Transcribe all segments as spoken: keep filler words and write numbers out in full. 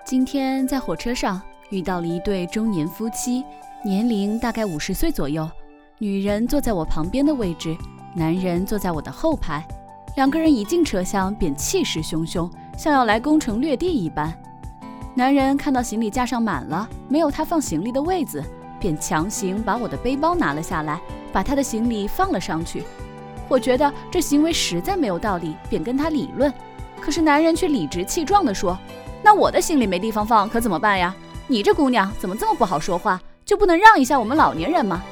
今天在火车上遇到了一对中年夫妻，年龄大概五十岁左右。女人坐在我旁边的位置，男人坐在我的后排。两个人一进车厢便气势汹汹，像要来攻城略地一般。男人看到行李架上满了，没有他放行李的位子，便强行把我的背包拿了下来，把他的行李放了上去。我觉得这行为实在没有道理，便跟他理论。可是男人却理直气壮地说，那我的行李没地方放可怎么办呀？你这姑娘怎么这么不好说话，就不能让一下我们老年人吗？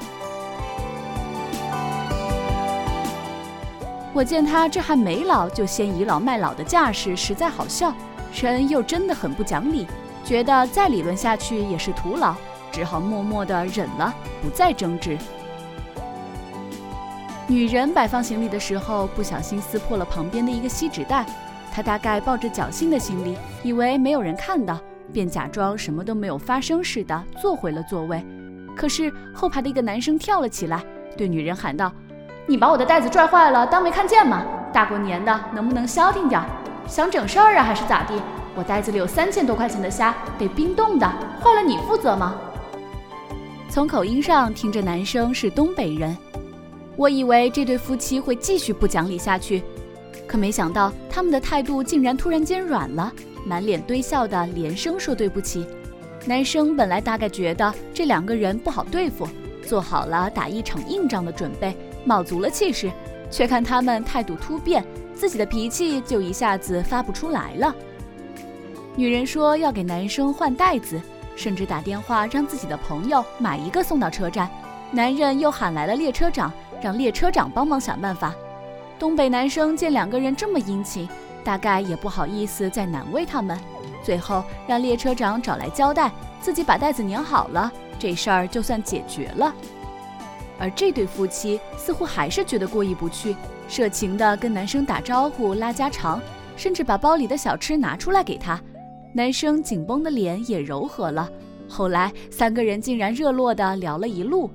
我见他这还没老就先倚老卖老的架势实在好笑，人又真的很不讲理，觉得再理论下去也是徒劳，只好默默地忍了，不再争执。女人摆放行李的时候不小心撕破了旁边的一个锡纸袋，她大概抱着侥幸的心理，以为没有人看到，便假装什么都没有发生似的坐回了座位。可是后排的一个男生跳了起来，对女人喊道，你把我的袋子拽坏了当没看见吗？大过年的能不能消停点？想整事儿啊还是咋地？我袋子里有三千多块钱的虾，得冰冻的，坏了你负责吗？从口音上听着男生是东北人，我以为这对夫妻会继续不讲理下去，可没想到他们的态度竟然突然间软了，满脸堆笑的连声说对不起。男生本来大概觉得这两个人不好对付，做好了打一场硬仗的准备，卯足了气势，却看他们态度突变，自己的脾气就一下子发不出来了。女人说要给男生换袋子，甚至打电话让自己的朋友买一个送到车站。男人又喊来了列车长，让列车长帮忙想办法。东北男生见两个人这么殷勤，大概也不好意思再难为他们，最后让列车长找来胶带，自己把袋子粘好了，这事儿就算解决了。而这对夫妻似乎还是觉得过意不去，热情地跟男生打招呼拉家常，甚至把包里的小吃拿出来给他。男生紧绷的脸也柔和了，后来三个人竟然热络地聊了一路。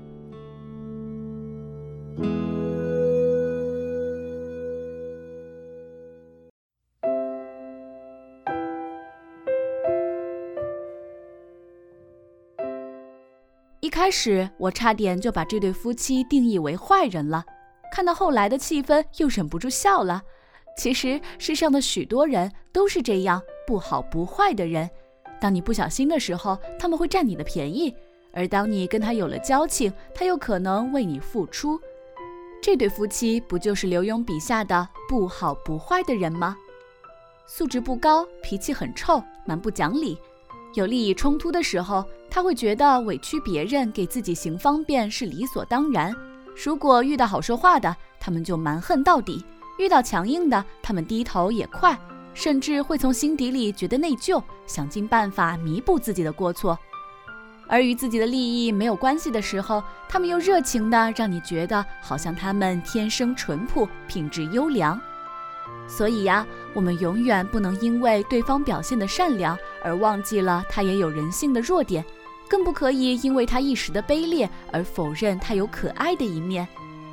一开始我差点就把这对夫妻定义为坏人了，看到后来的气氛又忍不住笑了。其实世上的许多人都是这样不好不坏的人，当你不小心的时候，他们会占你的便宜，而当你跟他有了交情，他又可能为你付出。这对夫妻不就是刘墉笔下的不好不坏的人吗？素质不高，脾气很臭，蛮不讲理。有利益冲突的时候，他会觉得委屈别人给自己行方便是理所当然。如果遇到好说话的，他们就蛮横到底；遇到强硬的，他们低头也快，甚至会从心底里觉得内疚，想尽办法弥补自己的过错。而与自己的利益没有关系的时候，他们又热情的让你觉得好像他们天生淳朴，品质优良。所以呀，我们永远不能因为对方表现的善良而忘记了他也有人性的弱点，更不可以因为他一时的卑劣而否认他有可爱的一面。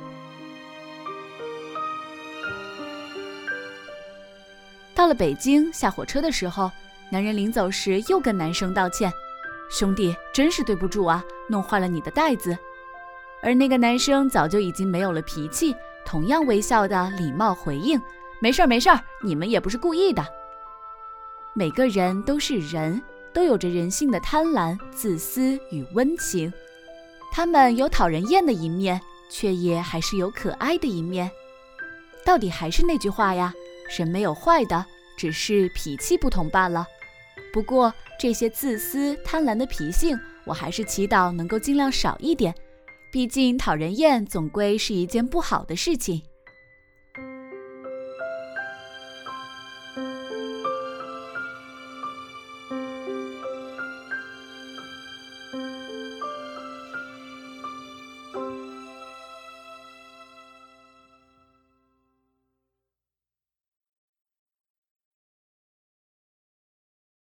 到了北京，下火车的时候，男人临走时又跟男生道歉，兄弟，真是对不住啊，弄坏了你的袋子。而那个男生早就已经没有了脾气，同样微笑的礼貌回应，没事儿没事儿，你们也不是故意的。每个人都是人，都有着人性的贪婪、自私与温情，他们有讨人厌的一面，却也还是有可爱的一面。到底还是那句话呀，人没有坏的，只是脾气不同罢了。不过这些自私贪婪的脾性，我还是祈祷能够尽量少一点，毕竟讨人厌总归是一件不好的事情。